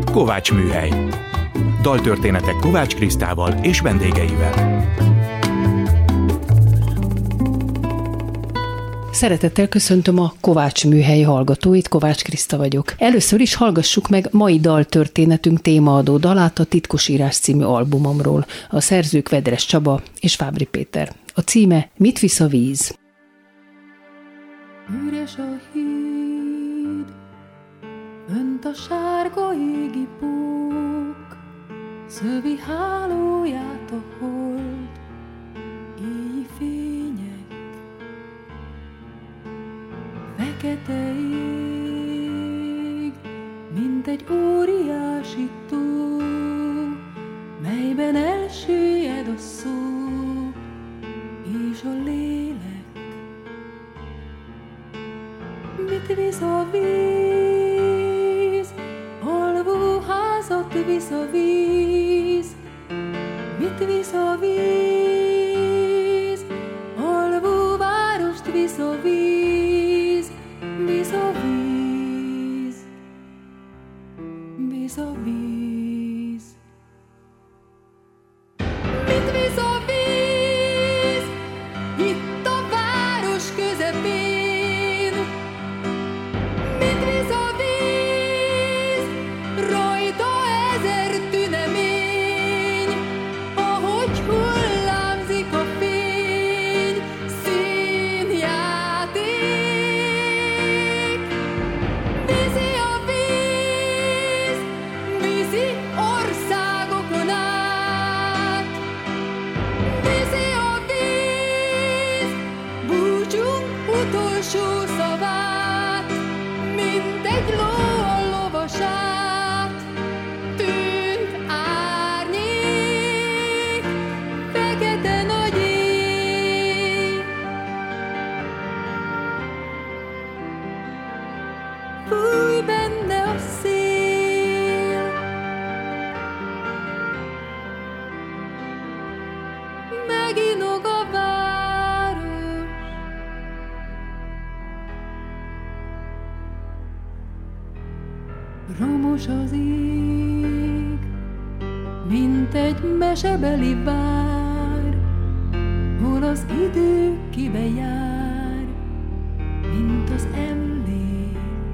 Kovács Műhely. Daltörténetek Kovács Krisztával és vendégeivel. Szeretettel köszöntöm a Kovács Műhely hallgatóit, Kovács Kriszta vagyok. Először is hallgassuk meg mai daltörténetünk témaadó dalát a Titkosírás című albumomról. A szerzők Vedres Csaba és Fábri Péter. A címe Mit visz a víz? Üres a híd, önt a sárga égi pók, szövi hálóját a hold, éji fények, fekete ég, mint egy óriási tó, melyben elsüllyed a szó és a lélek. Mit visz a víz? Alvóházat visz a víz. Mit visz a víz? Alvóvárost visz a víz. Visz a víz. Visz a víz. Mit visz a víz? Itt a város közepén. Romos az ég, mint egy mesebeli vár, hol az idő kibe jár, mint az emlék.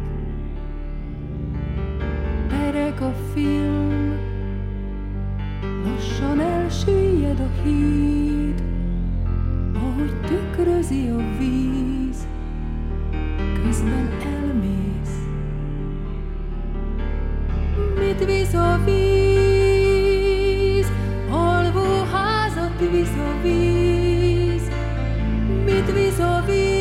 Pereg a film, lassan elsüllyed a híd, ahogy tükrözi a víz, közben elmész. Mit visz a víz? Alvóházat visz a víz. Mit visz a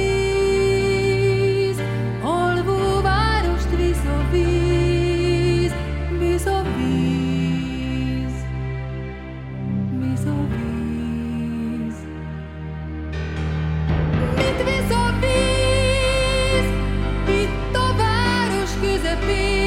víz? Alvóvárost visz a víz. Visz a víz. Visz a víz. Mit visz a víz? Itt a város közepén.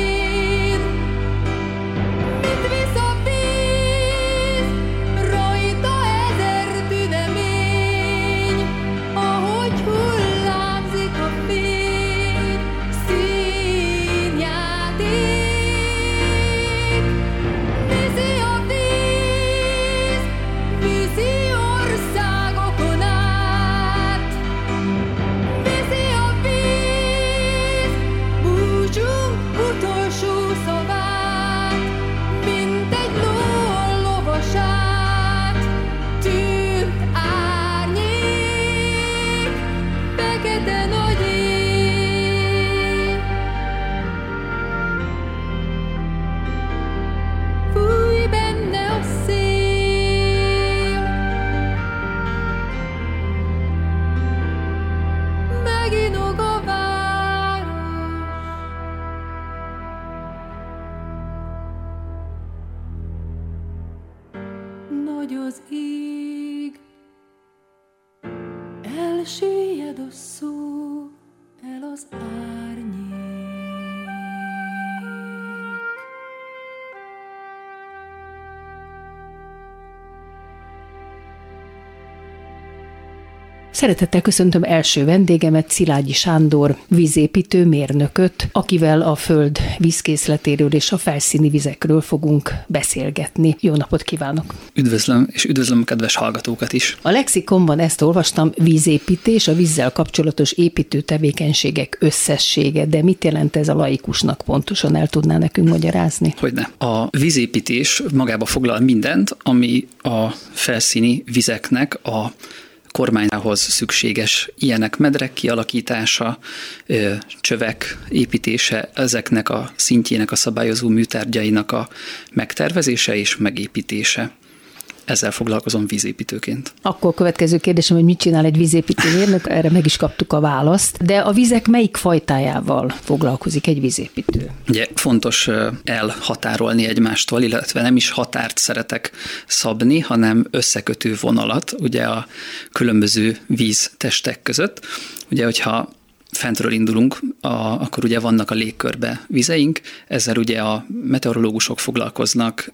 Nagy az ég, elsüllyed a szó, el az árnyék. Szeretettel köszöntöm első vendégemet, Szilágyi Sándor vízépítő mérnököt, akivel a Föld vízkészletéről és a felszíni vizekről fogunk beszélgetni. Jó napot kívánok! Üdvözlöm, és üdvözlöm a kedves hallgatókat is. A lexikonban ezt olvastam, vízépítés, a vízzel kapcsolatos építő tevékenységek összessége, de mit jelent ez a laikusnak pontosan, el tudná nekünk magyarázni? Hogyne. A vízépítés magába foglal mindent, ami a felszíni vizeknek a kormányához szükséges, ilyenek medrek kialakítása, csövek építése, ezeknek a szintjének a szabályozó műtárgyainak a megtervezése és megépítése. Ezzel foglalkozom vízépítőként. Akkor következő kérdésem, hogy mit csinál egy vízépítő mérnök, erre meg is kaptuk a választ, de a vizek melyik fajtájával foglalkozik egy vízépítő? Ugye fontos elhatárolni egymástól, illetve nem is határt szeretek szabni, hanem összekötő vonalat, ugye a különböző víztestek között. Ugye, hogyha fentről indulunk, akkor ugye vannak a légkörbe vizeink, ezzel ugye a meteorológusok foglalkoznak,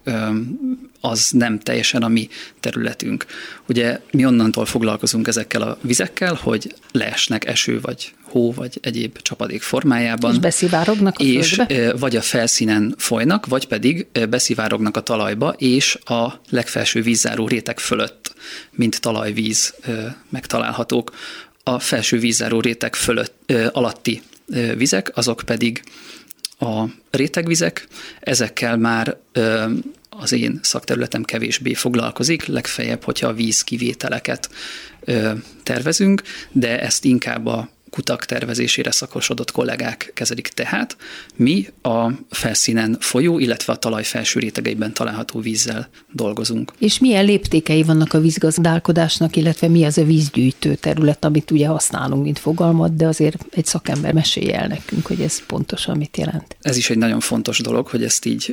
az nem teljesen a mi területünk. Ugye mi onnantól foglalkozunk ezekkel a vizekkel, hogy leesnek eső vagy hó, vagy egyéb csapadék formájában. És beszivárognak a földbe? És vagy a felszínen folynak, vagy pedig beszivárognak a talajba, és a legfelső vízzáró réteg fölött, mint talajvíz megtalálhatók. A felső vízzáró réteg alatti vizek, azok pedig a rétegvizek, ezekkel már az én szakterületem kevésbé foglalkozik, legfeljebb, hogyha a vízkivételeket tervezünk, de ezt inkább a kutak tervezésére szakosodott kollégák kezelik, tehát mi a felszínen folyó, illetve a talaj felső rétegeiben található vízzel dolgozunk. És milyen léptékei vannak a vízgazdálkodásnak, illetve mi az a vízgyűjtő terület, amit ugye használunk, mint fogalmat, de azért egy szakember mesélje el nekünk, hogy ez pontosan mit jelent. Ez is egy nagyon fontos dolog, hogy ezt így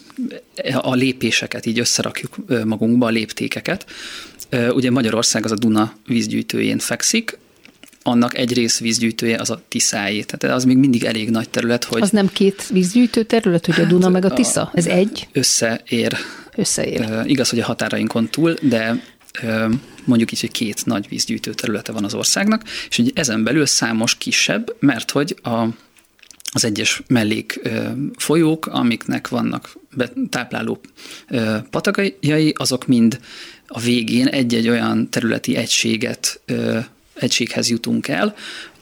a lépéseket így összerakjuk magunkba, a léptékeket. Ugye Magyarország az a Duna vízgyűjtőjén fekszik, annak egy rész vízgyűjtője az a Tiszáé. Tehát az még mindig elég nagy terület, hogy... Az nem két vízgyűjtő terület, hogy a Duna meg a Tisza? Ez egy? Összeér. Igaz, hogy a határainkon túl, de mondjuk így, hogy két nagy vízgyűjtő területe van az országnak, és ugye ezen belül számos kisebb, mert hogy az egyes mellék folyók, amiknek vannak tápláló patagjai, azok mind a végén egy-egy olyan területi egységhez jutunk el,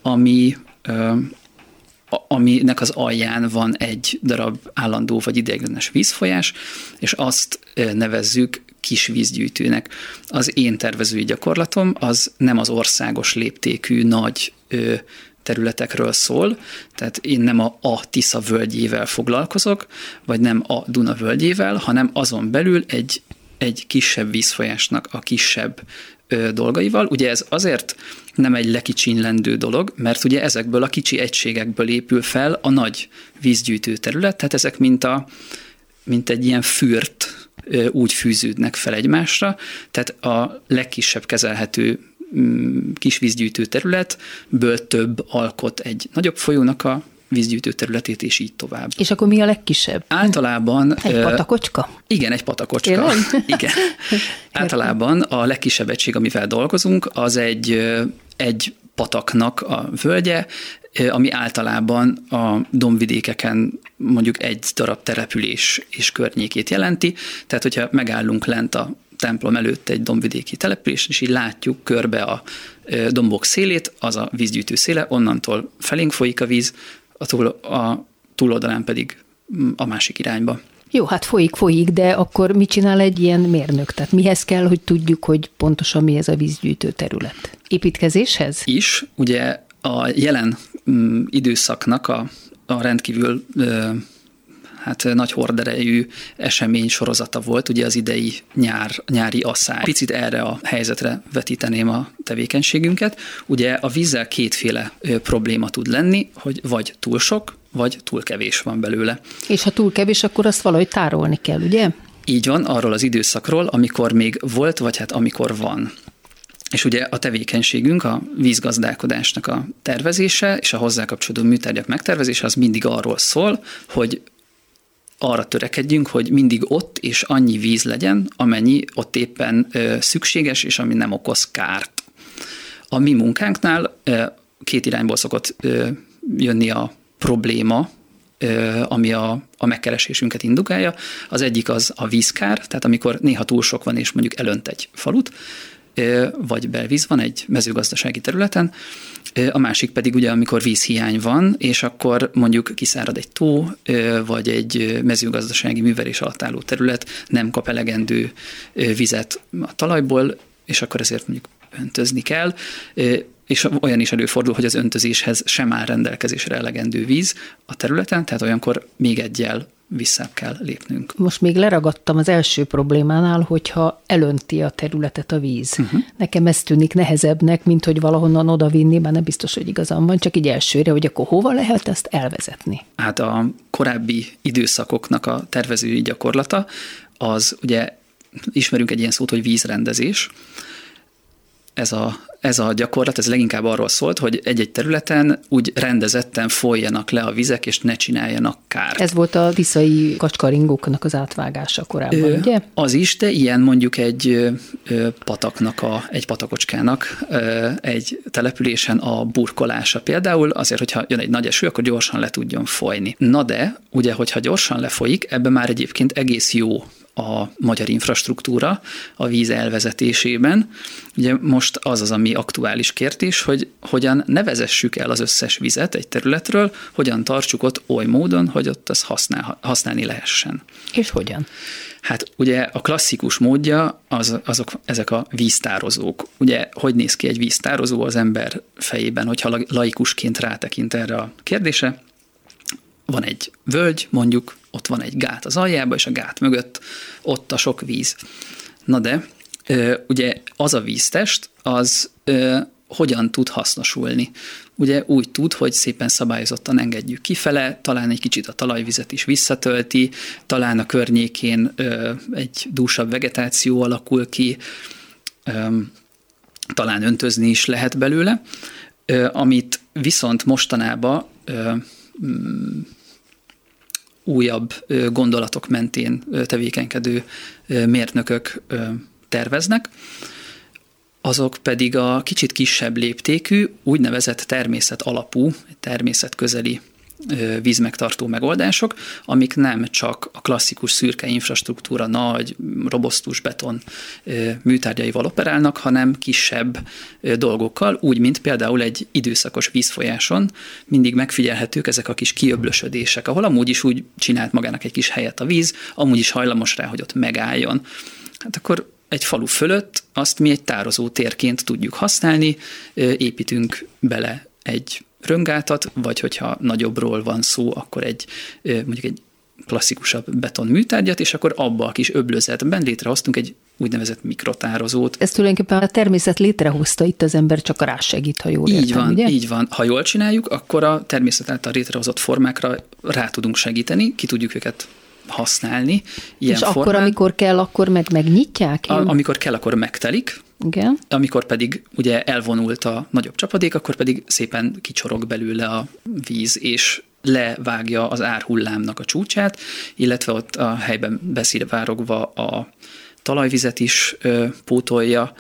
aminek az alján van egy darab állandó vagy ideiglenes vízfolyás, és azt nevezzük kis vízgyűjtőnek. Az én tervezői gyakorlatom az nem az országos léptékű nagy területekről szól, tehát én nem a Tisza völgyével foglalkozok, vagy nem a Duna völgyével, hanem azon belül egy kisebb vízfolyásnak a kisebb dolgaival. Ugye ez azért nem egy lekicsinylendő dolog, mert ugye ezekből a kicsi egységekből épül fel a nagy vízgyűjtő terület, tehát ezek mint egy ilyen fürt úgy fűződnek fel egymásra, tehát a legkisebb kezelhető kis vízgyűjtő területből több alkot egy nagyobb folyónak a vízgyűjtő területét, és így tovább. És akkor mi a legkisebb? Általában... Egy patakocska? Igen, egy patakocska. Igen. Általában a legkisebb egység, amivel dolgozunk, az egy pataknak a völgye, ami általában a dombvidékeken mondjuk egy darab település és környékét jelenti. Tehát, hogyha megállunk lent a templom előtt egy dombvidéki település, és így látjuk körbe a dombok szélét, az a vízgyűjtő széle, onnantól felénk folyik a víz, a túloldalán pedig a másik irányba. Jó, hát folyik, de akkor mit csinál egy ilyen mérnök? Tehát mihez kell, hogy tudjuk, hogy pontosan mi ez a vízgyűjtő terület? Építkezéshez? Is, ugye a jelen időszaknak a rendkívül nagy horderejű esemény sorozata volt, ugye az idei nyári asszály. Picit erre a helyzetre vetíteném a tevékenységünket. Ugye a vízzel kétféle probléma tud lenni, hogy vagy túl sok, vagy túl kevés van belőle. És ha túl kevés, akkor azt valahogy tárolni kell, ugye? Így van, arról az időszakról, amikor még volt, vagy hát amikor van. És ugye a tevékenységünk, a vízgazdálkodásnak a tervezése és a hozzá kapcsolódó műtárgyak megtervezése az mindig arról szól, hogy arra törekedjünk, hogy mindig ott és annyi víz legyen, amennyi ott éppen szükséges, és ami nem okoz kárt. A mi munkánknál két irányból szokott jönni a probléma, ami a megkeresésünket indukálja. Az egyik az a vízkár, tehát amikor néha túl sok van, és mondjuk elönt egy falut, vagy belvíz van egy mezőgazdasági területen, a másik pedig ugye, amikor vízhiány van, és akkor mondjuk kiszárad egy tó, vagy egy mezőgazdasági művelés alatt álló terület nem kap elegendő vizet a talajból, és akkor ezért mondjuk öntözni kell, és olyan is előfordul, hogy az öntözéshez sem áll rendelkezésre elegendő víz a területen, tehát olyankor még egyel vissza kell lépnünk. Most még leragadtam az első problémánál, hogyha elönti a területet a víz. Nekem ez tűnik nehezebbnek, mint hogy valahonnan odavinni, már nem biztos, hogy igazam van, csak így elsőre, hogy akkor hova lehet ezt elvezetni? Hát a korábbi időszakoknak a tervezői gyakorlata, az ugye ismerünk egy ilyen szót, hogy vízrendezés. Ez a gyakorlat, ez leginkább arról szólt, hogy egy-egy területen úgy rendezetten folyjanak le a vizek, és ne csináljanak kárt. Ez volt a tiszai kacskaringóknak az átvágása korábban, ugye? Az is, de ilyen mondjuk egy egy patakocskának egy településen a burkolása például, azért, hogyha jön egy nagy eső, akkor gyorsan le tudjon folyni. Na de, ugye, hogyha gyorsan lefolyik, ebben már egyébként egész jó a magyar infrastruktúra a víz elvezetésében. Ugye most az, ami aktuális kérdés, hogy hogyan ne vezessük el az összes vizet egy területről, hogyan tartsuk ott oly módon, hogy ott azt használni lehessen. És hogyan? Hát ugye a klasszikus módja ezek a víztározók. Ugye hogy néz ki egy víztározó az ember fejében, hogyha laikusként rátekint erre a kérdésre? Van egy völgy, mondjuk, ott van egy gát az aljába, és a gát mögött ott a sok víz. Na de, ugye az a víztest, az hogyan tud hasznosulni? Ugye úgy tud, hogy szépen szabályozottan engedjük kifele, talán egy kicsit a talajvizet is visszatölti, talán a környékén egy dúsabb vegetáció alakul ki, talán öntözni is lehet belőle, amit viszont mostanában újabb gondolatok mentén tevékenykedő mérnökök terveznek, azok pedig a kicsit kisebb léptékű, úgynevezett természet alapú, természetközeli vízmegtartó megoldások, amik nem csak a klasszikus szürke infrastruktúra nagy, robosztus beton műtárgyaival operálnak, hanem kisebb dolgokkal, úgy, mint például egy időszakos vízfolyáson mindig megfigyelhetők ezek a kis kiöblösödések, ahol amúgy is úgy csinált magának egy kis helyet a víz, amúgy is hajlamos rá, hogy ott megálljon. Hát akkor egy falu fölött azt mi egy tározó térként tudjuk használni, építünk bele egy röngátat, vagy hogyha nagyobbról van szó, akkor mondjuk egy klasszikusabb beton műtárgyat, és akkor abba a kis öblözetben létrehoztunk egy úgynevezett mikrotározót. Ez tulajdonképpen a természet létrehozta, itt az ember csak rássegít, ha jól értem, ugye? Így van. Ha jól csináljuk, akkor a természet által létrehozott formákra rá tudunk segíteni, ki tudjuk őket használni. És akkor, amikor kell, akkor megnyitják? Amikor kell, akkor megtelik. Igen. Amikor pedig ugye elvonult a nagyobb csapadék, akkor pedig szépen kicsorog belőle a víz, és levágja az árhullámnak a csúcsát, illetve ott a helyben beszivárogva a talajvizet is pótolja,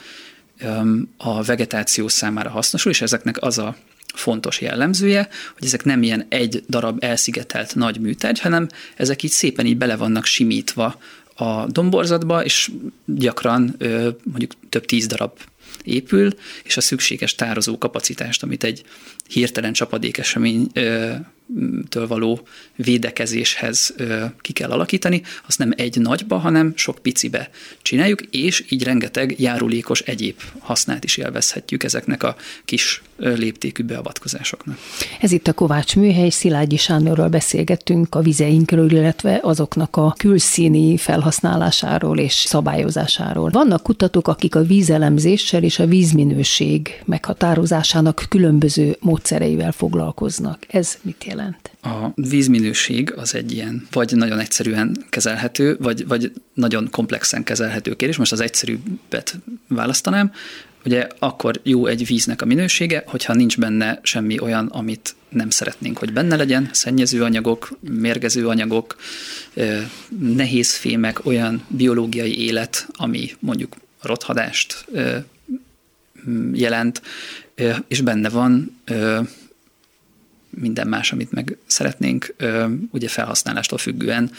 a vegetáció számára hasznosul, és ezeknek az a fontos jellemzője, hogy ezek nem ilyen egy darab elszigetelt nagy műtárgy, hanem ezek így szépen így bele vannak simítva a domborzatba, és gyakran mondjuk több 10 darab épül, és a szükséges tározó kapacitást, amit egy hirtelen csapadékeseménytől való védekezéshez ki kell alakítani, azt nem egy nagyba, hanem sok picibe csináljuk, és így rengeteg járulékos egyéb hasznát is élvezhetjük ezeknek a kis léptékű beavatkozásoknak. Ez itt a Kovács Műhely, Szilágyi Sándorral beszélgettünk a vizeinkről, illetve azoknak a külszíni felhasználásáról és szabályozásáról. Vannak kutatók, akik a vízelemzéssel és a vízminőség meghatározásának különböző módszereivel foglalkoznak. Ez mit jelent? A vízminőség az egy ilyen vagy nagyon egyszerűen kezelhető, vagy nagyon komplexen kezelhető kérdés. Most az egyszerűbbet választanám. Ugye akkor jó egy víznek a minősége, hogyha nincs benne semmi olyan, amit nem szeretnénk, hogy benne legyen, szennyező anyagok, mérgező anyagok, nehéz fémek, olyan biológiai élet, ami mondjuk rothadást jelent, és benne van minden más, amit meg szeretnénk, ugye felhasználástól függően,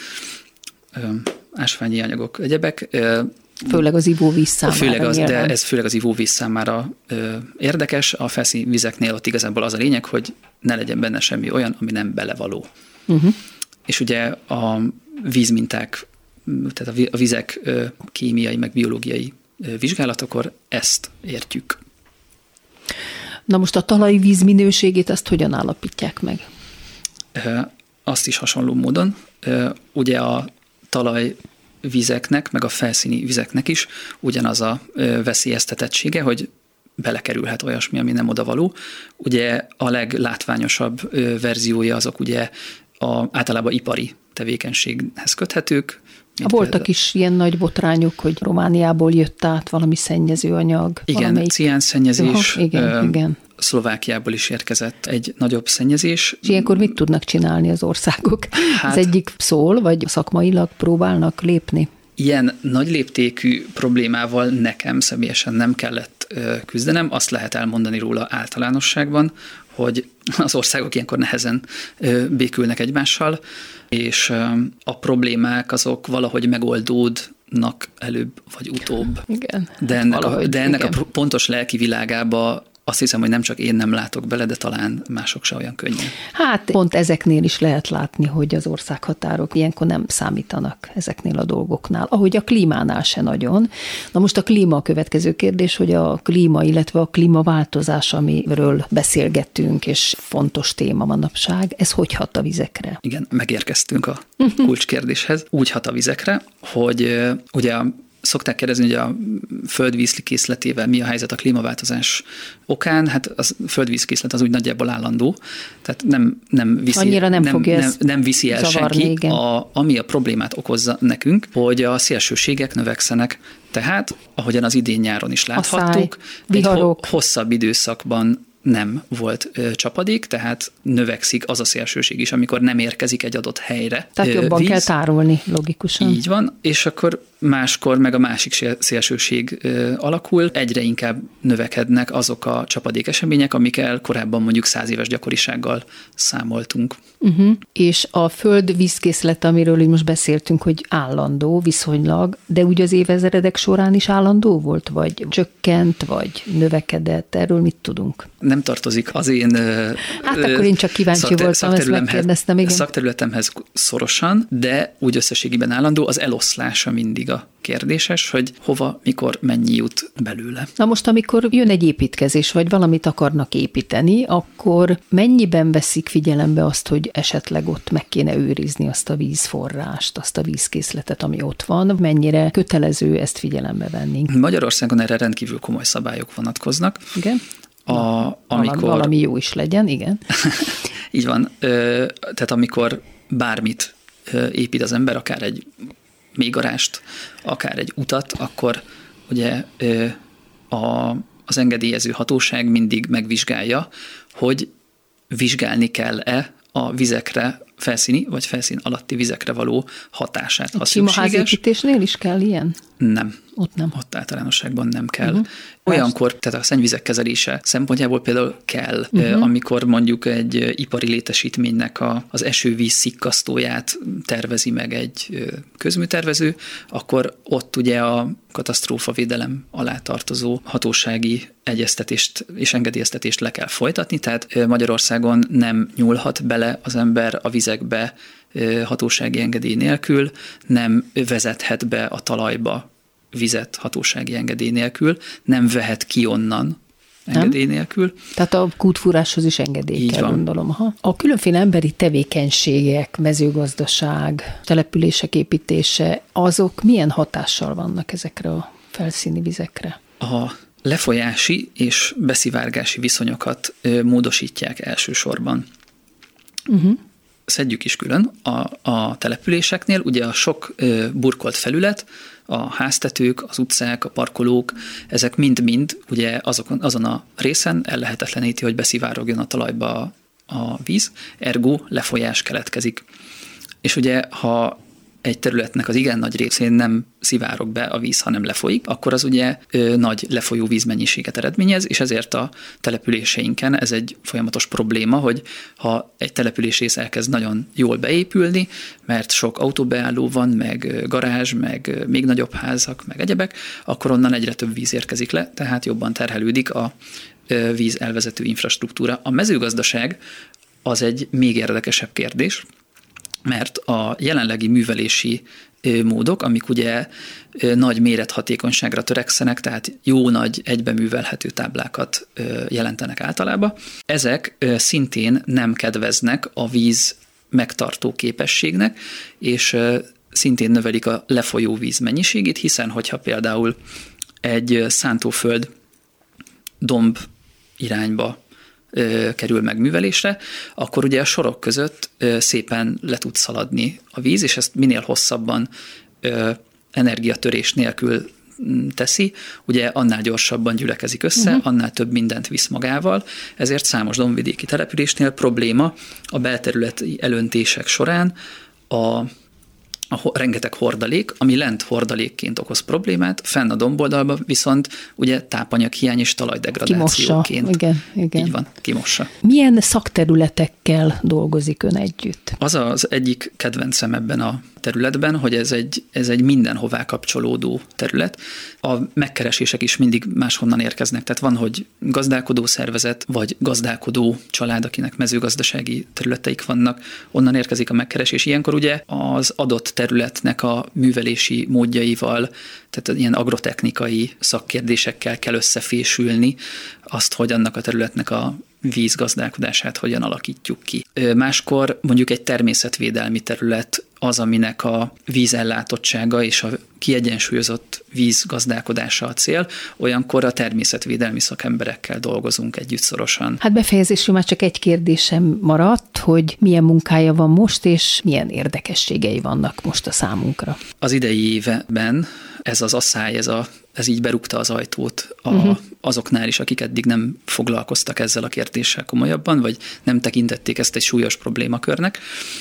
ásványi anyagok, egyebek. Főleg az ivóvíz számára. De ez főleg az ivóvíz számára érdekes. A felszíni vizeknél ott igazából az a lényeg, hogy ne legyen benne semmi olyan, ami nem belevaló. És ugye a vízminták, tehát a vizek kémiai, meg biológiai vizsgálatokor ezt értjük. Na most a talajvíz minőségét azt hogyan állapítják meg? Azt is hasonló módon. Ugye a talajvizeknek, meg a felszíni vizeknek is ugyanaz a veszélyeztetettsége, hogy belekerülhet olyasmi, ami nem odavaló. Ugye a leglátványosabb verziója azok ugye általában ipari tevékenységhez köthetők. Voltak is ilyen nagy botrányok, hogy Romániából jött át valami szennyezőanyag. Igen, ciánszennyezés. Igen. Szlovákiából is érkezett egy nagyobb szennyezés. És ilyenkor mit tudnak csinálni az országok? Az egyik szól, vagy szakmailag próbálnak lépni? Ilyen nagy léptékű problémával nekem személyesen nem kellett küzdenem. Azt lehet elmondani róla általánosságban, hogy az országok ilyenkor nehezen békülnek egymással, és a problémák azok valahogy megoldódnak előbb vagy utóbb. Igen. De ennek a pontos lelki világába azt hiszem, hogy nem csak én nem látok bele, de talán mások se olyan könnyen. Hát pont ezeknél is lehet látni, hogy az országhatárok ilyenkor nem számítanak ezeknél a dolgoknál, ahogy a klímánál se nagyon. Na most a klíma a következő kérdés, hogy a klíma, illetve a klímaváltozás, amiről beszélgettünk, és fontos téma manapság, ez hogy hat a vizekre? Igen, megérkeztünk a kulcskérdéshez. Úgy hat a vizekre, hogy ugye szokták kérdezni, hogy a földvízkészletével mi a helyzet a klímaváltozás okán. Hát a földvízkészlet az úgy nagyjából állandó, tehát nem viszi el senki. Ami a problémát okozza nekünk, hogy a szélsőségek növekszenek. Tehát, ahogyan az idén-nyáron is láthattuk, egy hosszabb időszakban nem volt csapadék, tehát növekszik az a szélsőség is, amikor nem érkezik egy adott helyre. Tehát jobban kell tárolni, logikusan. Így van, és akkor máskor meg a másik szélsőség alakul, egyre inkább növekednek azok a csapadékesemények, amikkel korábban mondjuk 100 éves gyakorisággal számoltunk. És a föld vízkészlet, amiről most beszéltünk, hogy állandó viszonylag, de úgy az évezredek során is állandó volt, vagy csökkent, vagy növekedett, erről mit tudunk? Nem tartozik az én akkor én csak kíváncsi voltam, ezt megkérdeztem. Igen. Szakterületemhez szorosan, de úgy összességében állandó, az eloszlása mindig a kérdéses, hogy hova, mikor, mennyi jut belőle. Na most, amikor jön egy építkezés, vagy valamit akarnak építeni, akkor mennyiben veszik figyelembe azt, hogy esetleg ott meg kéne őrizni azt a vízforrást, azt a vízkészletet, ami ott van, mennyire kötelező ezt figyelembe venni? Magyarországon erre rendkívül komoly szabályok vonatkoznak. Igen. Valami jó is legyen, igen. Így van. Tehát amikor bármit épít az ember, akár egy mélygarást, akár egy utat, akkor ugye az engedélyező hatóság mindig megvizsgálja, hogy vizsgálni kell-e a vizekre, felszíni vagy felszín alatti vizekre való hatását. Ha sima házépítésnél is kell ilyen? Nem. Ott nem. Ott általánosságban nem kell. Olyankor, tehát a szennyvizek kezelése szempontjából például kell, amikor mondjuk egy ipari létesítménynek az esővíz szikkasztóját tervezi meg egy közműtervező, akkor ott ugye a katasztrófavédelem alá tartozó hatósági egyeztetést és engedélyeztetést le kell folytatni, tehát Magyarországon nem nyúlhat bele az ember a vizekbe hatósági engedély nélkül, nem vezethet be a talajba vizet hatósági engedély nélkül, nem vehet ki onnan engedély nélkül. Tehát a kútfúráshoz is engedély kell, gondolom. Aha. A különféle emberi tevékenységek, mezőgazdaság, települések építése, azok milyen hatással vannak ezekre a felszíni vizekre? A lefolyási és beszivárgási viszonyokat módosítják elsősorban. Szedjük is külön a településeknél, ugye a sok burkolt felület, a háztetők, az utcák, a parkolók, ezek mind-mind ugye azon a részen ellehetetleníti, hogy beszivárogjon a talajba a víz, ergo lefolyás keletkezik. És ugye, ha egy területnek az igen nagy részén nem szivárog be a víz, hanem lefolyik, akkor az ugye nagy lefolyó vízmennyiséget eredményez, és ezért a településeinken ez egy folyamatos probléma, hogy ha egy településrész elkezd nagyon jól beépülni, mert sok autóbeálló van, meg garázs, meg még nagyobb házak, meg egyebek, akkor onnan egyre több víz érkezik le, tehát jobban terhelődik a víz elvezető infrastruktúra. A mezőgazdaság az egy még érdekesebb kérdés, mert a jelenlegi művelési módok, amik ugye nagy mérethatékonyságra törekszenek, tehát jó nagy egybeművelhető táblákat jelentenek általában, ezek szintén nem kedveznek a víz megtartó képességnek, és szintén növelik a lefolyó víz mennyiségét, hiszen hogyha például egy szántóföld domb irányba kerül megművelésre, akkor ugye a sorok között szépen le tud szaladni a víz, és ezt minél hosszabban energiatörés nélkül teszi, ugye annál gyorsabban gyülekezik össze, annál több mindent visz magával, ezért számos dombvidéki településnél probléma a belterületi elöntések során a rengeteg hordalék, ami lent hordalékként okoz problémát, fenn a domboldalban viszont ugye tápanyaghiány és talajdegradációként. Kimossa, igen. Így van, kimossa. Milyen szakterületekkel dolgozik ön együtt? Az az egyik kedvencem ebben a területben, hogy ez egy mindenhová kapcsolódó terület. A megkeresések is mindig máshonnan érkeznek. Tehát van, hogy gazdálkodó szervezet, vagy gazdálkodó család, akinek mezőgazdasági területeik vannak, onnan érkezik a megkeresés. Ilyenkor ugye az adott területnek a művelési módjaival, tehát ilyen agrotechnikai szakkérdésekkel kell összefésülni azt, hogy annak a területnek a vízgazdálkodását hogyan alakítjuk ki. Máskor mondjuk egy természetvédelmi terület az, aminek a vízellátottsága és a kiegyensúlyozott vízgazdálkodása a cél, olyankor a természetvédelmi szakemberekkel dolgozunk együtt szorosan. Hát befejezésül már csak egy kérdésem maradt, hogy milyen munkája van most, és milyen érdekességei vannak most a számunkra. Az idei évben ez az asszály, ez így berúgta az ajtót azoknál is, akik eddig nem foglalkoztak ezzel a kérdéssel komolyabban, vagy nem tekintették ezt egy súlyos problémakörnek.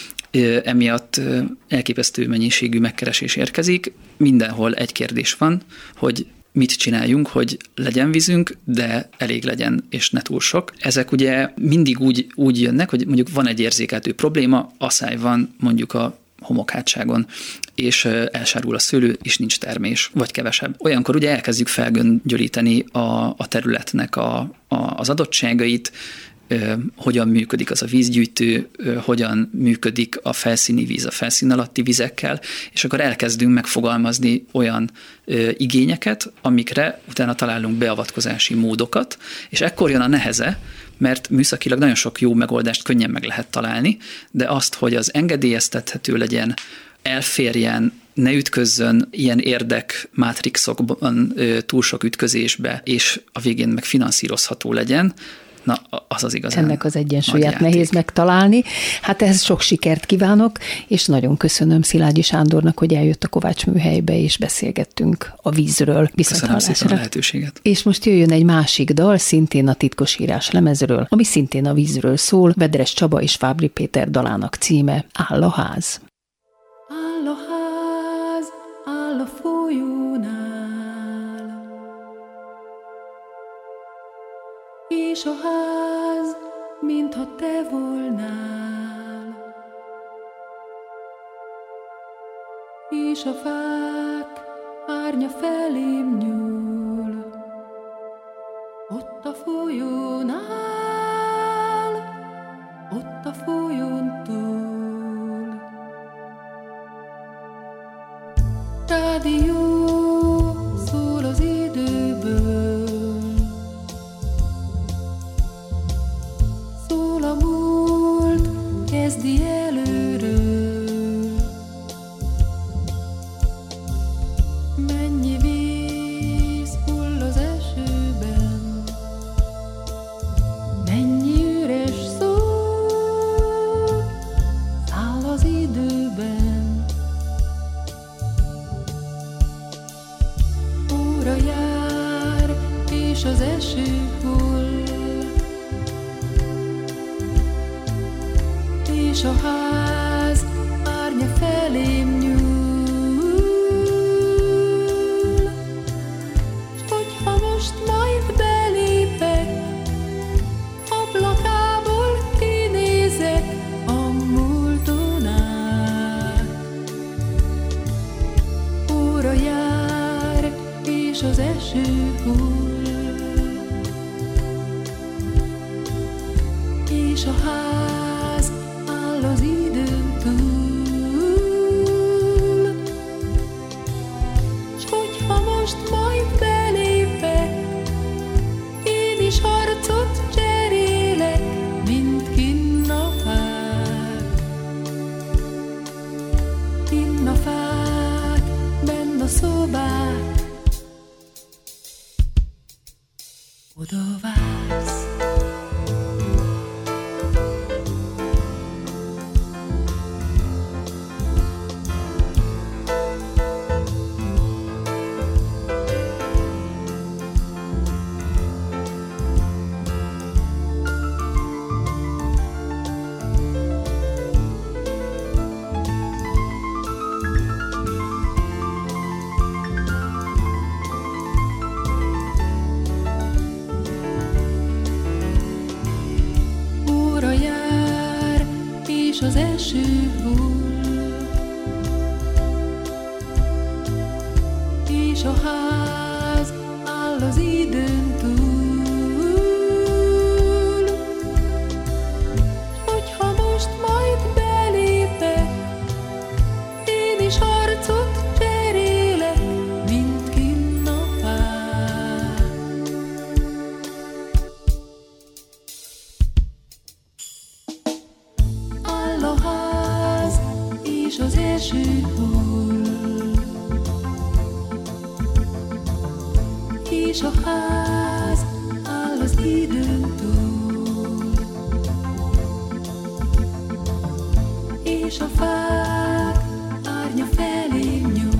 Emiatt elképesztő mennyiségű megkeresés érkezik. Mindenhol egy kérdés van, hogy mit csináljunk, hogy legyen vízünk, de elég legyen, és ne túl sok. Ezek ugye mindig úgy jönnek, hogy mondjuk van egy érzékelhető probléma, asszály van mondjuk a homokhátságon, és elsárul a szőlő, és nincs termés, vagy kevesebb. Olyankor ugye elkezdjük felgöngyölíteni a területnek az adottságait, hogyan működik az a vízgyűjtő, hogyan működik a felszíni víz a felszín alatti vizekkel, és akkor elkezdünk megfogalmazni olyan igényeket, amikre utána találunk beavatkozási módokat, és ekkor jön a neheze, mert műszakilag nagyon sok jó megoldást könnyen meg lehet találni, de azt, hogy az engedélyeztethető legyen, elférjen, ne ütközzön ilyen érdekmátrixokban túl sok ütközésbe, és a végén meg finanszírozható legyen, na, az igazán. Ennek az egyensúlyát nehéz megtalálni. Hát ehhez sok sikert kívánok, és nagyon köszönöm Szilágyi Sándornak, hogy eljött a Kovács műhelybe, és beszélgettünk a vízről. Köszönöm szépen a lehetőséget. És most jöjjön egy másik dal, szintén a Titkosírás lemezről, ami szintén a vízről szól, Vedres Csaba és Fábri Péter dalának címe Áll a ház. Áll a ház, áll a folyónál, és a ház, mintha te volnál, és a fák árnya felém nyúl, ott a folyónál, ott a folyón túl. Rádió szól az időből, szól a múlt, kezdi előről. Mennyi víz hull az esőben, mennyi üres szó száll az időben. és az eső hull, és a ház áll az időn túl, s hogyha most majd belépek, én is harcot cserélek, mint kinn a fák. Kinn a fák, benn a szobák, oda vársz. Óra jár, és az eső hull, és a ház áll az időn túl. Hogyha most majd belépek, én is harcot cserélek, mint kinn a fák. Áll a ház, és az eső hull, és a ház áll az időn túl, és a fák árnya felém nyúl.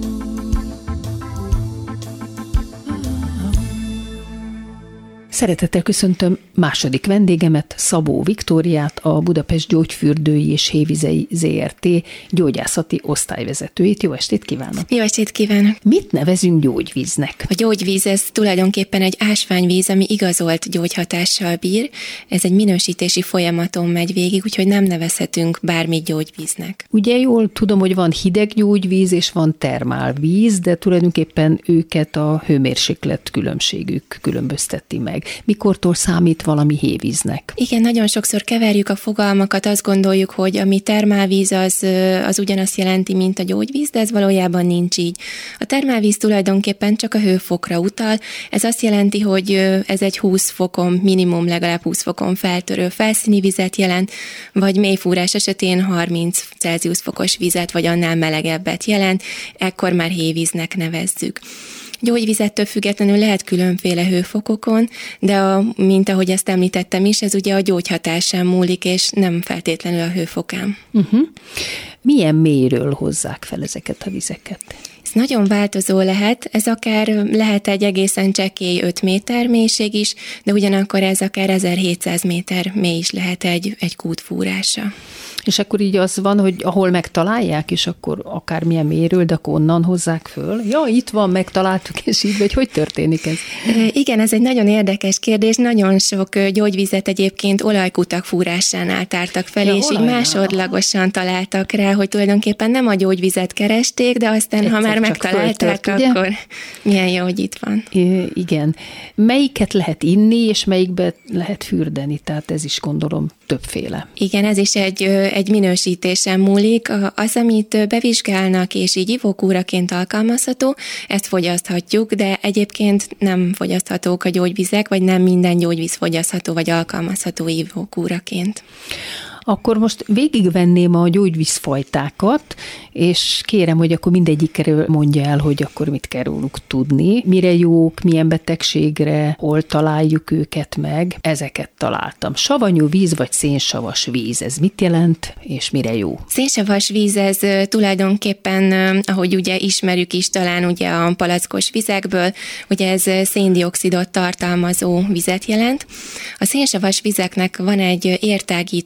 Szeretettel köszöntöm második vendégemet, Szabó Viktóriát, a Budapest Gyógyfürdői és Hévizei ZRT gyógyászati osztályvezetőjét. Jó estét kívánok! Jó estét kívánok! Mit nevezünk gyógyvíznek? A gyógyvíz ez tulajdonképpen egy ásványvíz, ami igazolt gyógyhatással bír. Ez egy minősítési folyamaton megy végig, úgyhogy nem nevezhetünk bármit gyógyvíznek. Ugye jól tudom, hogy van hideg gyógyvíz és van termálvíz, de tulajdonképpen őket a hőmérséklet különbségük különbözteti meg. Mikortól számít valami hévíznek? Igen, nagyon sokszor keverjük a fogalmakat, azt gondoljuk, hogy ami termálvíz az ugyanazt jelenti, mint a gyógyvíz, de ez valójában nincs így. A termálvíz tulajdonképpen csak a hőfokra utal. Ez azt jelenti, hogy ez egy 20 fokon, minimum legalább 20 fokon feltörő felszíni vizet jelent, vagy mélyfúrás esetén 30 Celsius fokos vizet, vagy annál melegebbet jelent, ekkor már hévíznek nevezzük. Gyógyvizettől függetlenül lehet különféle hőfokokon, de mint ahogy ezt említettem is, ez ugye a gyógyhatásán múlik, és nem feltétlenül a hőfokán. Milyen mélyről hozzák fel ezeket a vizeket? Ez nagyon változó lehet, ez akár lehet egy egészen csekély 5 méter mélység is, de ugyanakkor ez akár 1700 méter mély is lehet egy kút fúrása. És akkor így az van, hogy ahol megtalálják, és akkor akármilyen mélyről, de akkor onnan hozzák föl? Ja, itt van, megtaláltuk, és így, vagy hogy történik ez? Igen, ez egy nagyon érdekes kérdés. Nagyon sok gyógyvizet egyébként olajkutak fúrásánál tártak fel, és így másodlagosan találtak rá, hogy tulajdonképpen nem a gyógyvizet keresték, de aztán, egyszer, ha már megtalálták, föltört, akkor milyen jó, hogy itt van. Igen. Melyiket lehet inni, és melyikbe lehet fürdeni? Tehát ez is gondolom többféle. Igen, ez is egy minősítésen múlik. Az, amit bevizsgálnak, és így ivókúraként alkalmazható, ezt fogyaszthatjuk, de egyébként nem fogyaszthatók a gyógyvizek, vagy nem minden gyógyvíz fogyasztható, vagy alkalmazható ivókúraként. Akkor most végigvenném a gyógyvízfajtákat, és kérem, hogy akkor mindegyikről mondja el, hogy akkor mit kell róluk tudni, mire jók, milyen betegségre, hol találjuk őket meg. Ezeket találtam. Savanyú víz vagy szénsavas víz, ez mit jelent, és mire jó? Szénsavas víz, ez tulajdonképpen, ahogy ugye ismerjük is talán ugye a palackos vizekből, ugye ez széndioxidot tartalmazó vizet jelent. A szénsavas vizeknek van egy értágító hatás,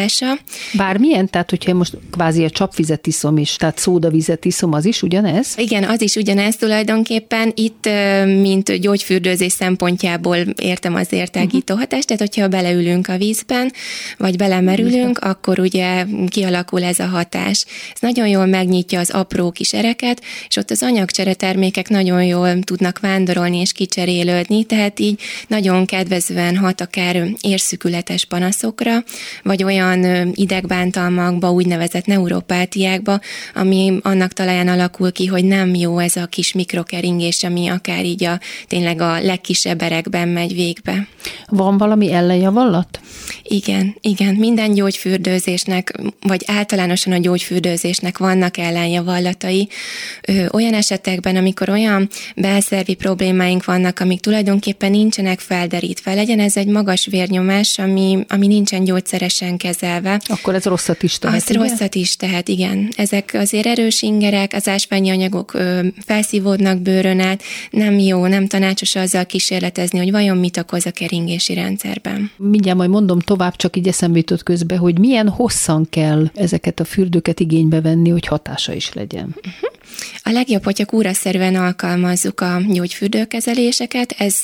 hatása. Bármilyen? Tehát, hogyha én most kvázi a csapvizet iszom is, tehát szódavizet iszom, az is ugyanez? Igen, az is ugyanez tulajdonképpen. Itt, mint gyógyfürdőzés szempontjából értem az értelgító hatást, tehát hogyha beleülünk a vízben, vagy belemerülünk, akkor ugye kialakul ez a hatás. Ez nagyon jól megnyitja az apró kis ereket, és ott az anyagcsere termékek nagyon jól tudnak vándorolni és kicserélődni, tehát így nagyon kedvezően hat akár érszükületes panaszokra, vagy olyan idegbántalmakba, úgynevezett neuropátiákba, ami annak talaján alakul ki, hogy nem jó ez a kis mikrokeringés, ami akár így tényleg a legkisebb erekben megy végbe. Van valami ellenjavallat? Igen. Minden gyógyfürdőzésnek, vagy általánosan a gyógyfürdőzésnek vannak ellenjavallatai. Olyan esetekben, amikor olyan belszervi problémáink vannak, amik tulajdonképpen nincsenek felderítve, legyen ez egy magas vérnyomás, ami nincsen gyógyszeresen kezelve. Akkor ez rosszat is tehet, igen? Rosszat is tehet, igen. Ezek azért erős ingerek, az ásványi anyagok felszívódnak bőrön át, nem jó, nem tanácsos azzal kísérletezni, hogy vajon mit okoz a keringési rendszerben. Mindjárt majd mondom tovább, csak így eszembe jutott közben, hogy milyen hosszan kell ezeket a fürdőket igénybe venni, hogy hatása is legyen. A legjobb, hogyha kúraszerűen alkalmazzuk a gyógyfürdőkezeléseket. Ez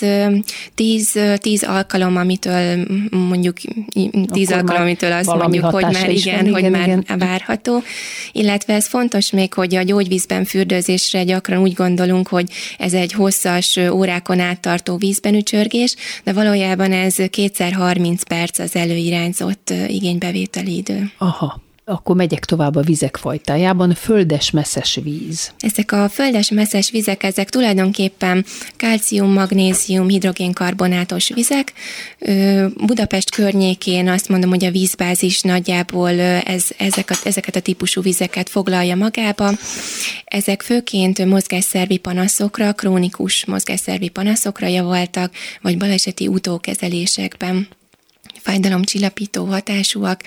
10 alkalom, amitől mondjuk 10 alkalom, amitől azt mondjuk, hogy már igen, várható. Illetve ez fontos még, hogy a gyógyvízben fürdőzésre gyakran úgy gondolunk, hogy ez egy hosszas, órákon áttartó vízben ücsörgés, de valójában ez 2x30 perc az előirányzott igénybevételi idő. Aha. Akkor megyek tovább a vizek fajtájában. Földes messzes víz. Ezek a földes messzes vizek, ezek tulajdonképpen kalcium, magnézium, hidrogénkarbonátos vizek. Budapest környékén azt mondom, hogy a vízbázis nagyjából ezeket a típusú vizeket foglalja magába. Ezek főként mozgásszervi panaszokra, krónikus mozgásszervi panaszokra javaltak, vagy baleseti utókezelésekben. Fájdalomcsillapító hatásúak,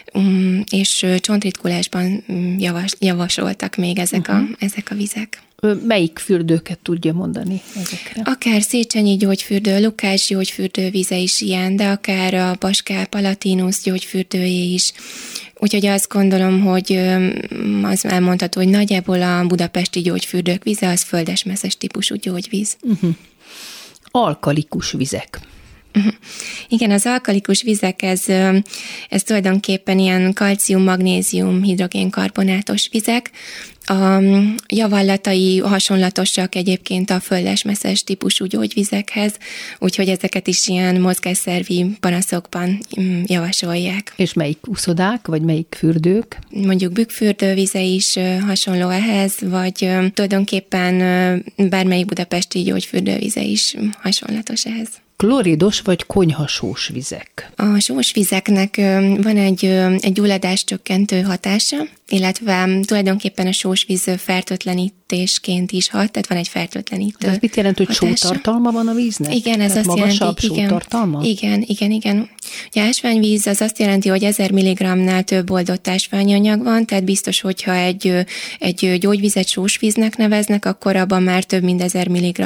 és csontritkulásban javasoltak még ezek a vizek. Melyik fürdőket tudja mondani ezekre? Akár Széchenyi gyógyfürdő, Lukács gyógyfürdő víze is ilyen, de akár a Paskál Palatinus gyógyfürdőjé is. Úgyhogy azt gondolom, hogy az elmondható, hogy nagyjából a budapesti gyógyfürdők víze az földes-messzes típusú gyógyvíz. Alkalikus vizek. Igen, az alkalikus vizek, ez tulajdonképpen ilyen kalcium, magnézium, hidrogénkarbonátos vizek. A javallatai hasonlatosak egyébként a földes-messzes típusú gyógyvizekhez, úgyhogy ezeket is ilyen mozgásszervi panaszokban javasolják. És melyik uszodák, vagy melyik fürdők? Mondjuk bükkfürdővize is hasonló ehhez, vagy tulajdonképpen bármelyik budapesti gyógyfürdővize is hasonlatos ehhez. Kloridos vagy konyhasós vizek? A sós vizeknek van egy gyulladás csökkentő hatása, illetve tulajdonképpen a sós víz fertőtlenítésként is hat, tehát van egy fertőtlenítő. Ez mit jelent, hogy sótartalma van a víznek? Igen, ez azt jelenti, sótartalma? Igen. Ugye ásványvíz az azt jelenti, hogy 1000 mg-nál több oldott ásványanyag van, tehát biztos, hogyha egy gyógyvizet sós víznek neveznek, akkor abban már több mint 1000 mg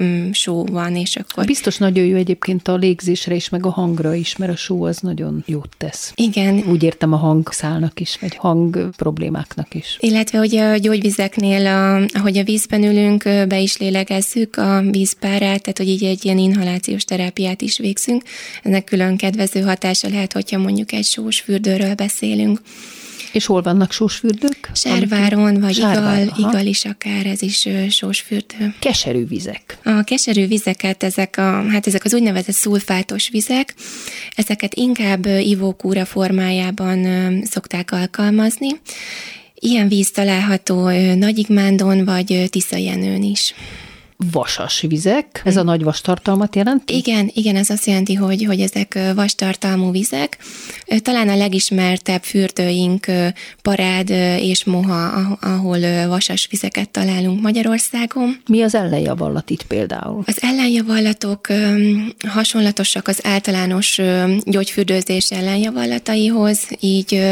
só van, és akkor... Biztos nagyon jó egyébként a légzésre is, meg a hangra is, mert a só az nagyon jót tesz. Igen. Úgy értem a hangszálnak is, vagy hang problémáknak is. Illetve, hogy a gyógyvizeknél, ahogy a vízben ülünk, be is lélegezzük a vízpárát, tehát hogy így egy ilyen inhalációs terápiát is végzünk. Ennek külön kedvező hatása lehet, hogyha mondjuk egy sós fürdőről beszélünk. És hol vannak sósfürdők? Sárváron, vagy Igal is akár, ez is sósfürdő. Keserű vizek. A keserű vizeket, ezek az úgynevezett szulfátos vizek, ezeket inkább ivókúra formájában szokták alkalmazni. Ilyen víz található Nagyigmándon vagy Tiszajenőn is. Vasas vizek, ez a nagy vastartalmat jelenti? Igen, ez azt jelenti, hogy ezek vastartalmú vizek. Talán a legismertebb fürdőink Parád és Moha, ahol vasas vizeket találunk Magyarországon. Mi az ellenjavallat itt például? Az ellenjavallatok hasonlatosak az általános gyógyfürdőzés ellenjavallataihoz, így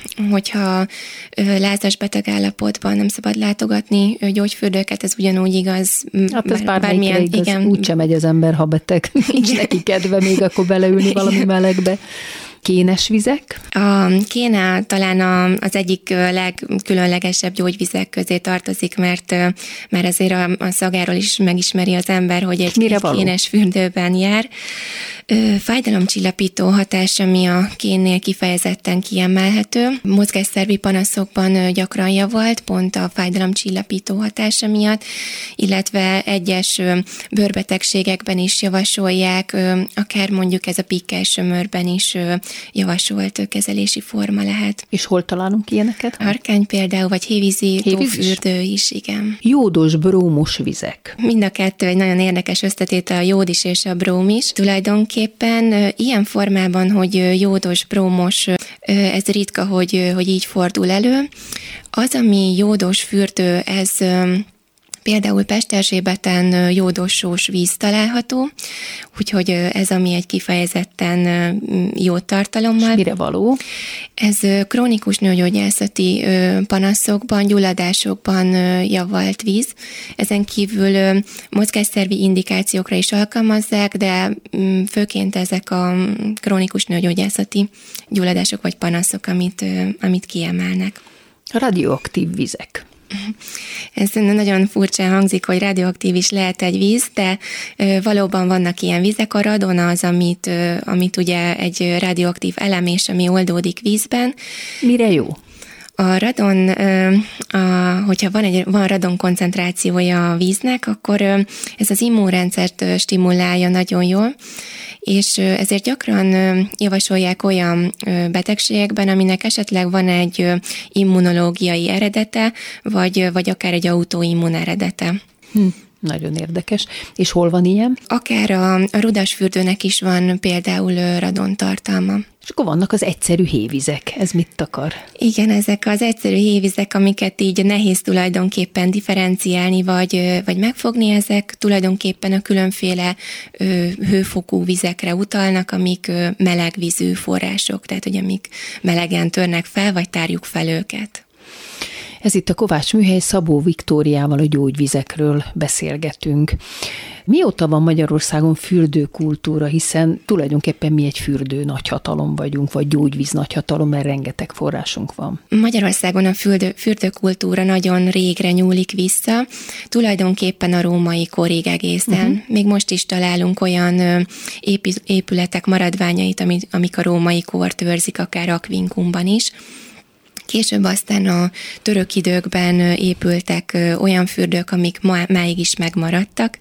hogyha lázas beteg állapotban nem szabad látogatni gyógyfürdőket, ez ugyanúgy igaz. Hát ez bármelyikre igaz, úgysem megy az ember, ha beteg, nincs neki kedve még akkor beleülni valami melegbe. Kénes vizek? A kéne talán az egyik legkülönlegesebb gyógyvizek közé tartozik, mert azért a szagáról is megismeri az ember, hogy egy kénes fürdőben jár. Fájdalomcsillapító hatás, ami a kénnél kifejezetten kiemelhető. Mozgásszervi panaszokban gyakran javalt, pont a fájdalomcsillapító hatása miatt, illetve egyes bőrbetegségekben is javasolják, akár mondjuk ez a pikkelsömörben is javasolt kezelési forma lehet. És hol találunk ilyeneket? Harkány például, vagy hévízi tófürdő is, igen. Jódos, brómos vizek. Mind a kettő egy nagyon érdekes összetétel, a jód is és a bróm is. Tulajdonképpen ilyen formában, hogy jódos, brómos, ez ritka, hogy így fordul elő. Az, ami jódos fürdő, ez például Pesterzsébeten jódossós víz található, úgyhogy ez, ami egy kifejezetten jódtartalommal. És mire való? Ez krónikus nőgyógyászati panaszokban, gyulladásokban javalt víz. Ezen kívül mozgásszervi indikációkra is alkalmazzák, de főként ezek a krónikus nőgyógyászati gyulladások vagy panaszok, amit kiemelnek. A radioaktív vizek. Ez nagyon furcsán hangzik, hogy radioaktív is lehet egy víz, de valóban vannak ilyen vizek. A radon az, amit ugye egy radioaktív elem, és ami oldódik vízben. Mire jó? A radon, hogyha van radon koncentrációja a víznek, akkor ez az immunrendszert stimulálja nagyon jól, és ezért gyakran javasolják olyan betegségekben, aminek esetleg van egy immunológiai eredete, vagy akár egy autoimmun eredete. Nagyon érdekes. És hol van ilyen? Akár a rudasfürdőnek is van például radontartalma. És akkor vannak az egyszerű hévizek. Ez mit akar? Igen, ezek az egyszerű hévizek, amiket így nehéz tulajdonképpen differenciálni, vagy megfogni, ezek tulajdonképpen a különféle hőfokú vizekre utalnak, amik melegvízű források, tehát hogy amik melegen törnek fel, vagy tárjuk fel őket. Ez itt a Kovács Műhely, Szabó Viktóriával a gyógyvizekről beszélgetünk. Mióta van Magyarországon fürdőkultúra, hiszen tulajdonképpen mi egy fürdő nagyhatalom vagyunk, vagy gyógyvíz nagyhatalom, mert rengeteg forrásunk van. Magyarországon a fürdőkultúra nagyon régre nyúlik vissza, tulajdonképpen a római korig egészen. Még most is találunk olyan épületek maradványait, amik a római kort őrzik, akár Aquincumban is. Később aztán a török időkben épültek olyan fürdők, amik máig is megmaradtak,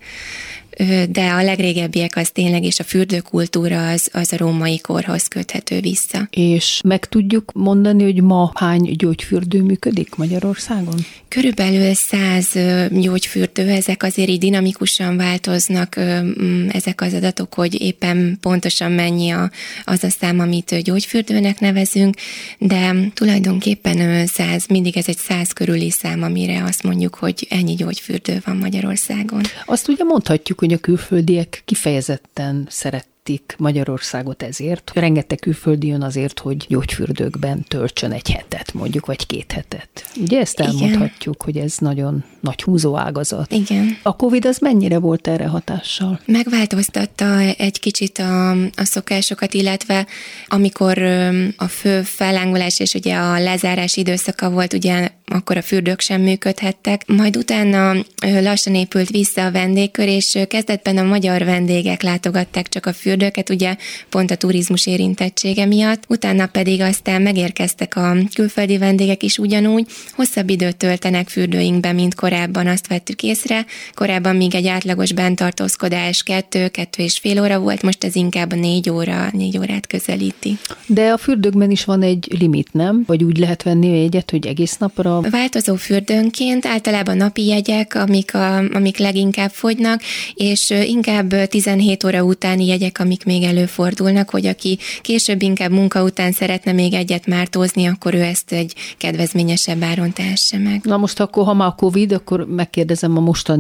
de a legrégebbiek az tényleg, és a fürdőkultúra az a római korhoz köthető vissza. És meg tudjuk mondani, hogy ma hány gyógyfürdő működik Magyarországon? Körülbelül 100 gyógyfürdő, ezek azért így dinamikusan változnak, ezek az adatok, hogy éppen pontosan mennyi az a szám, amit gyógyfürdőnek nevezünk, de tulajdonképpen 100, mindig ez egy 100 körüli szám, amire azt mondjuk, hogy ennyi gyógyfürdő van Magyarországon. Azt ugye mondhatjuk, hogy a külföldiek kifejezetten szeretik Magyarországot ezért. Rengeteg külföldi jön azért, hogy gyógyfürdőkben töltsön egy hetet, mondjuk, vagy 2 hetet. Ugye ezt elmondhatjuk, hogy ez nagyon nagy húzóágazat. Igen. A Covid az mennyire volt erre hatással? Megváltoztatta egy kicsit a szokásokat, illetve amikor a fő fellángolás és ugye a lezárás időszaka volt, ugye akkor a fürdők sem működhettek. Majd utána lassan épült vissza a vendégkör, és kezdetben a magyar vendégek látogatták csak a fürdőket, ugye pont a turizmus érintettsége miatt. Utána pedig aztán megérkeztek a külföldi vendégek is ugyanúgy, hosszabb időt töltenek fürdőinkben, mint korábban, azt vettük észre. Korábban még egy átlagos bentartózkodás 2-2,5 óra volt, most ez inkább a 4 órát közelíti. De a fürdőkben is van egy limit, nem? Vagy úgy lehet venni a jegyet, hogy egész napra? Változó fürdőnként általában napi jegyek, amik leginkább fogynak, és inkább 17 óra utáni jegyek, amik még előfordulnak, hogy aki később inkább munka után szeretne még egyet mártózni, akkor ő ezt egy kedvezményesebb áron tehesse meg. Na most akkor, ha már a Covid, akkor megkérdezem a mostani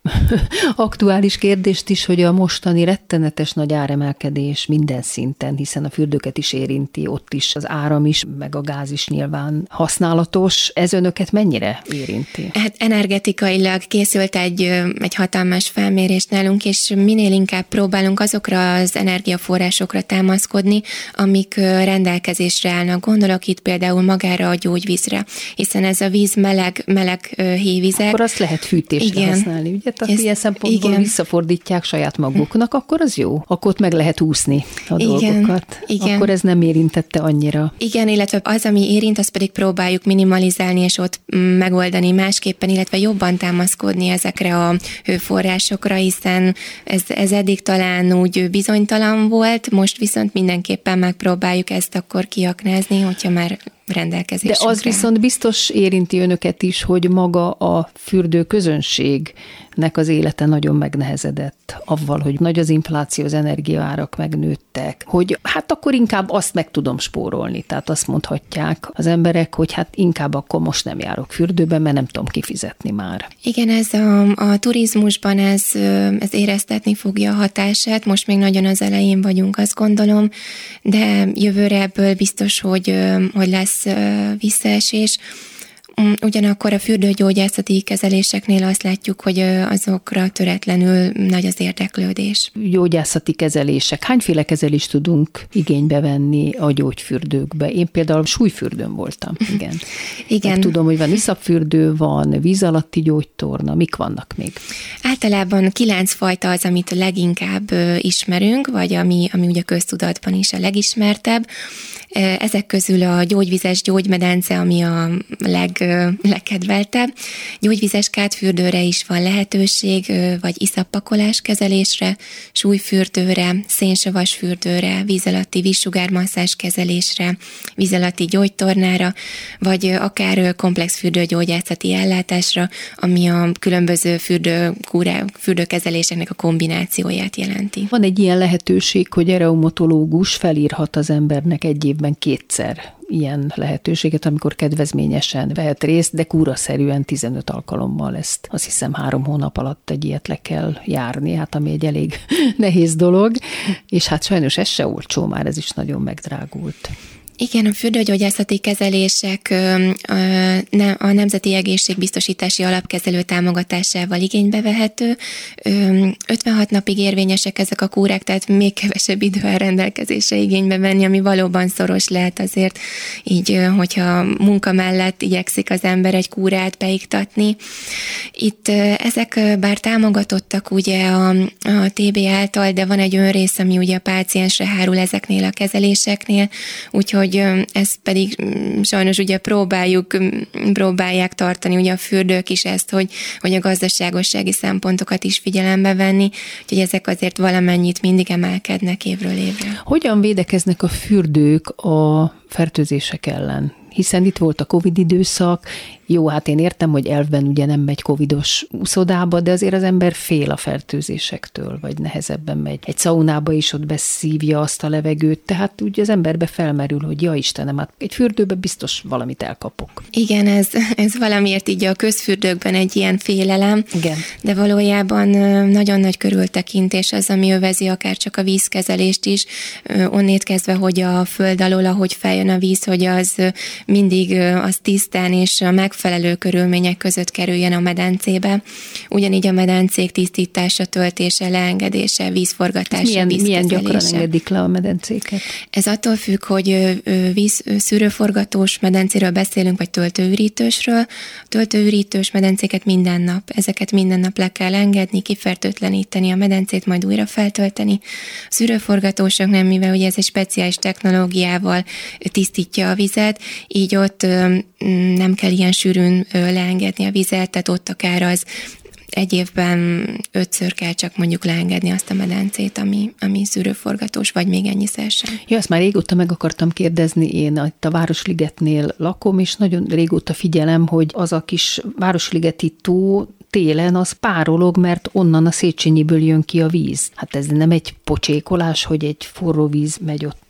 aktuális kérdést is, hogy a mostani rettenetes nagy áremelkedés minden szinten, hiszen a fürdőket is érinti, ott is az áram is, meg a gáz is nyilván használatos. Ez önöket mennyire érinti? Hát energetikailag készült egy hatalmas felmérés nálunk, és minél inkább próbálunk azokra az energiaforrásokra támaszkodni, amik rendelkezésre állnak. Gondolok itt például magára a gyógyvízre, hiszen ez a víz meleg hévizek. Akkor azt lehet fűtésre használni, ugye? Tehát ilyen szempontból visszafordítják saját maguknak, akkor az jó. Akkor ott meg lehet úszni a dolgokat. Igen. Akkor ez nem érintette annyira. Igen, illetve az, ami érint, azt pedig próbáljuk minimalizálni, és ott megoldani másképpen, illetve jobban támaszkodni ezekre a hőforrásokra, hiszen ez eddig talán úgy bizonytalan volt, most viszont mindenképpen megpróbáljuk ezt akkor kiaknázni, hogyha már rendelkezésünkre. De az viszont biztos érinti önöket is, hogy maga a fürdő közönségnek az élete nagyon megnehezedett avval, hogy nagy az infláció, az energiaárak megnőttek, hogy hát akkor inkább azt meg tudom spórolni. Tehát azt mondhatják az emberek, hogy hát inkább akkor most nem járok fürdőben, mert nem tudom kifizetni már. Igen, ez a turizmusban ez éreztetni fogja a hatását, most még nagyon az elején vagyunk, azt gondolom, de jövőre ebből biztos, hogy lesz visszaesés. Ugyanakkor a fürdőgyógyászati kezeléseknél azt látjuk, hogy azokra töretlenül nagy az érdeklődés. Gyógyászati kezelések. Hányféle kezelést tudunk igénybe venni a gyógyfürdőkbe? Én például súlyfürdőn voltam. Igen. Meg tudom, hogy van iszapfürdő, van víz alatti gyógytorna. Mik vannak még? Általában 9 fajta az, amit leginkább ismerünk, vagy ami ugye köztudatban is a legismertebb. Ezek közül a gyógyvizes gyógymedence, ami a legkedveltebb. Gyógyvizes kádfürdőre is van lehetőség, vagy iszappakolás kezelésre, súlyfürdőre, szénsavas fürdőre, víz alatti vízsugármasszázs kezelésre, víz alatti gyógytornára, vagy akár komplex fürdőgyógyászati ellátásra, ami a különböző fürdőkezeléseknek a kombinációját jelenti. Van egy ilyen lehetőség, hogy a reumatológus felírhat az embernek egy évben 2-szer ilyen lehetőséget, amikor kedvezményesen vehet részt, de kúraszerűen 15 alkalommal ezt. Azt hiszem 3 hónap alatt egy ilyet le kell járni, hát ami egy elég nehéz dolog, és hát sajnos ez se olcsó, már ez is nagyon megdrágult. Igen, a fürdőgyógyászati kezelések a Nemzeti Egészségbiztosítási Alapkezelő támogatásával igénybe vehető. 56 napig érvényesek ezek a kúrák, tehát még kevesebb idő áll rendelkezésre igénybe venni, ami valóban szoros lehet azért, így, hogyha munka mellett igyekszik az ember egy kúrát beiktatni. Itt ezek bár támogatottak ugye a TB által, de van egy önrész, ami ugye a páciensre hárul ezeknél a kezeléseknél, úgyhogy ezt pedig sajnos ugye próbálják tartani ugye a fürdők is ezt, hogy a gazdaságossági szempontokat is figyelembe venni, úgyhogy ezek azért valamennyit mindig emelkednek évről évre. Hogyan védekeznek a fürdők a fertőzések ellen? Hiszen itt volt a Covid időszak, jó, hát én értem, hogy elvben ugye nem megy covidos úszodába, de azért az ember fél a fertőzésektől, vagy nehezebben megy. Egy szaunába is ott beszívja azt a levegőt, tehát ugye az emberbe felmerül, hogy ja Istenem, hát egy fürdőben biztos valamit elkapok. Igen, ez valamiért így a közfürdőkben egy ilyen félelem, igen. De valójában nagyon nagy körültekintés az, ami övezi akár csak a vízkezelést is, onnét kezdve, hogy a föld alól, ahogy feljön a víz, hogy az mindig az tisztán és a megfelelő körülmények között kerüljen a medencébe. Ugyanígy a medencék tisztítása, töltése, leengedése, vízforgatása, milyen gyakran engedik le a medencéket? Ez attól függ, hogy szűrőforgatós medencéről beszélünk, vagy töltőürítősről. Töltőürítős medencéket ezeket minden nap le kell engedni, kifertőtleníteni a medencét, majd újra feltölteni. A szűrőforgatósok nem, mivel ugye ez egy speciális technológiával tisztítja a vizet, így ott nem kell ilyen sűrűn leengedni a vizet, tehát ott akár az egy évben 5-ször kell csak mondjuk leengedni azt a medencét, ami szűrőforgatós, vagy még ennyiszer sem. Ja, ezt már régóta meg akartam kérdezni, én itt a Városligetnél lakom, és nagyon régóta figyelem, hogy az a kis Városligeti tó télen az párolog, mert onnan a Széchenyiből jön ki a víz. Hát ez nem egy pocsékolás, hogy egy forró víz megy ott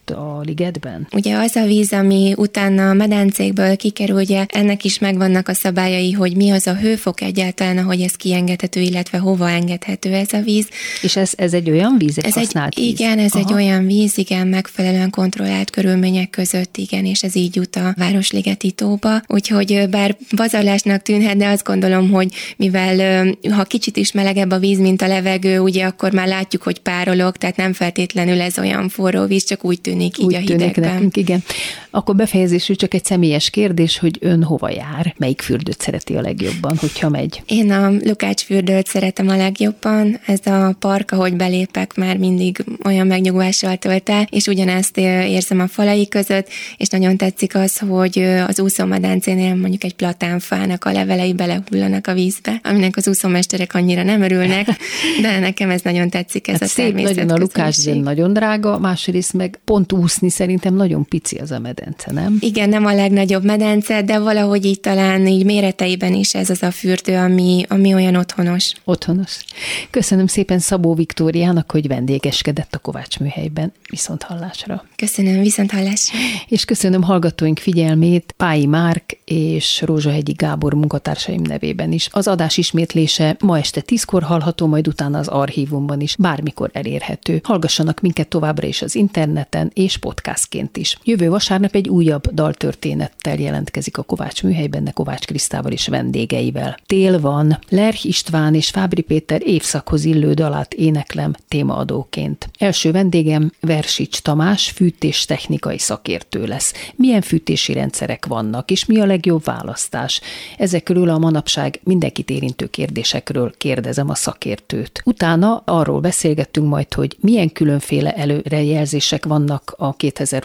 ott a ligetben? Ugye az a víz, ami utána a medencékből kikerül, ugye ennek is megvannak a szabályai, hogy mi az a hőfok egyáltalán, ahogy ez kiengedhető, illetve hova engedhető ez a víz. És ez egy olyan víz, egy használt víz? Igen, ez egy olyan víz, igen, megfelelően kontrollált körülmények között, igen, és ez így jut a Városligeti tóba. Úgyhogy bár pazarlásnak tűnhet, de azt gondolom, hogy mivel ha kicsit is melegebb a víz, mint a levegő, ugye akkor már látjuk, hogy párolog, tehát nem feltétlenül ez olyan forró víz, csak úgy tűnik így úgy a hidegben. Nekünk, igen. Akkor befejezésül csak egy személyes kérdés, hogy ön hova jár? Melyik fürdőt szereti a legjobban, hogyha megy? Én a Lukács fürdőt szeretem a legjobban. Ez a park, ahogy belépek, már mindig olyan megnyugvással tölt el, és ugyanezt érzem a falai között, és nagyon tetszik az, hogy az úszómedencénél mondjuk egy platánfának a levelei belehullanak a vízbe, aminek az úszómesterek annyira nem örülnek, de nekem ez nagyon tetszik, ez a szép nagyon a Lukács, de nagyon drága, másrészt meg pont úszni szerintem nagyon pici az a medence, nem? Igen, nem a legnagyobb medence, de valahogy így talán így méreteiben is ez az a fürdő, ami olyan otthonos. Otthonos. Köszönöm szépen Szabó Viktóriának, hogy vendégeskedett a Kovács műhelyben. Viszonthallásra. Köszönöm, viszonthallásra. És köszönöm hallgatóink figyelmét Pályi Márk és Rózsahegyi Gábor munkatársaim nevében is. Az adás ismétlése ma este 10-kor hallható, majd utána az archívumban is, bármikor elérhető. Hallgassanak minket továbbra is az interneten és podcastként is. Jövő vasárnap egy újabb daltörténettel jelentkezik a Kovács műhelyben, Kovács Krisztával és vendégeivel. Tél van, Lerch István és Fábri Péter évszakhoz illő dalát éneklem témaadóként. Első vendégem Versics Tamás, fűtéstechnikai szakértő lesz. Milyen fűtési rendszerek vannak, és mi a legjobb választás? Ezek körül a manapság mindenkit érintő kérdésekről kérdezem a szakértőt. Utána arról beszélgettünk majd, hogy milyen különféle előrejelzések vannak a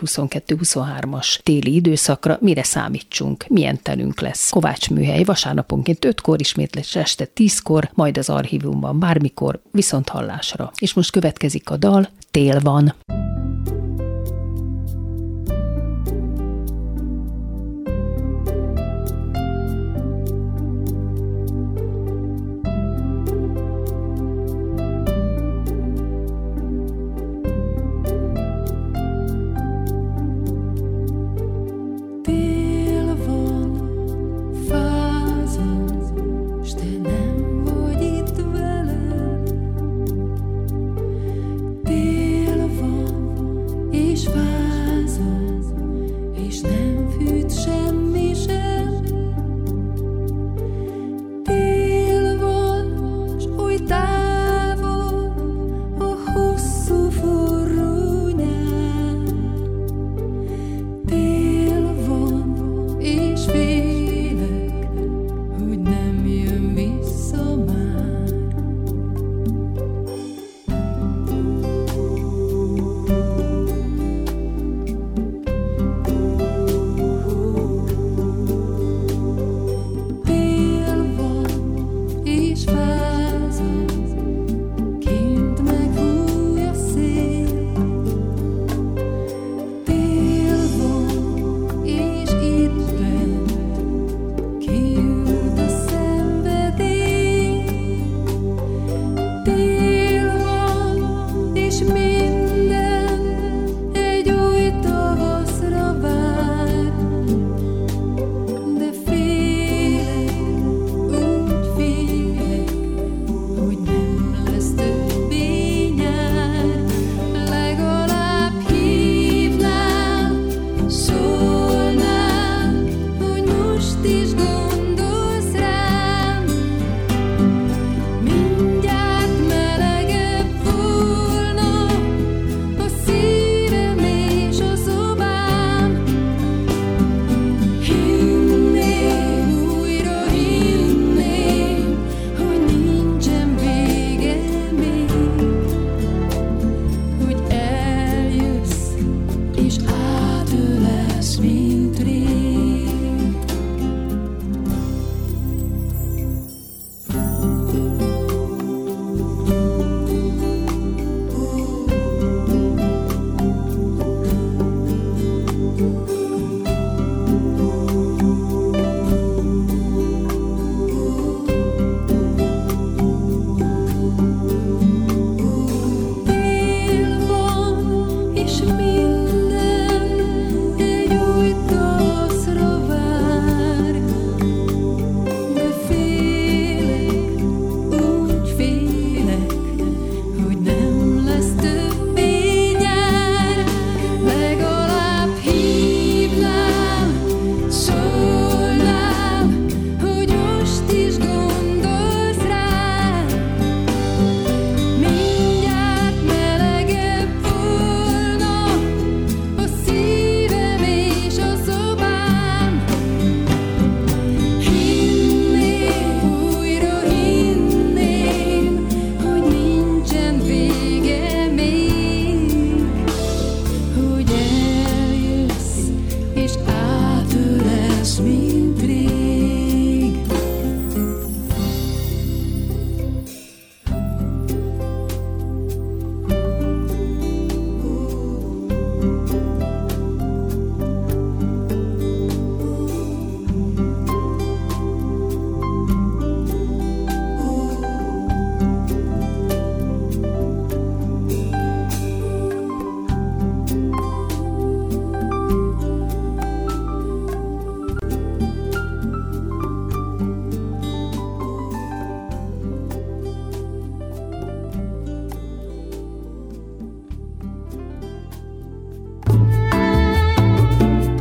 2022-23-as téli időszakra, mire számítsunk, milyen telünk lesz. Kovács műhely vasárnaponként 5-kor, ismétlés este 10-kor, majd az archívumban bármikor, viszonthallásra. És most következik a dal, Tél van. Tél van,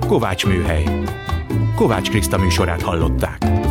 Kovács Műhely. Kovács Kriszta műsorát hallották.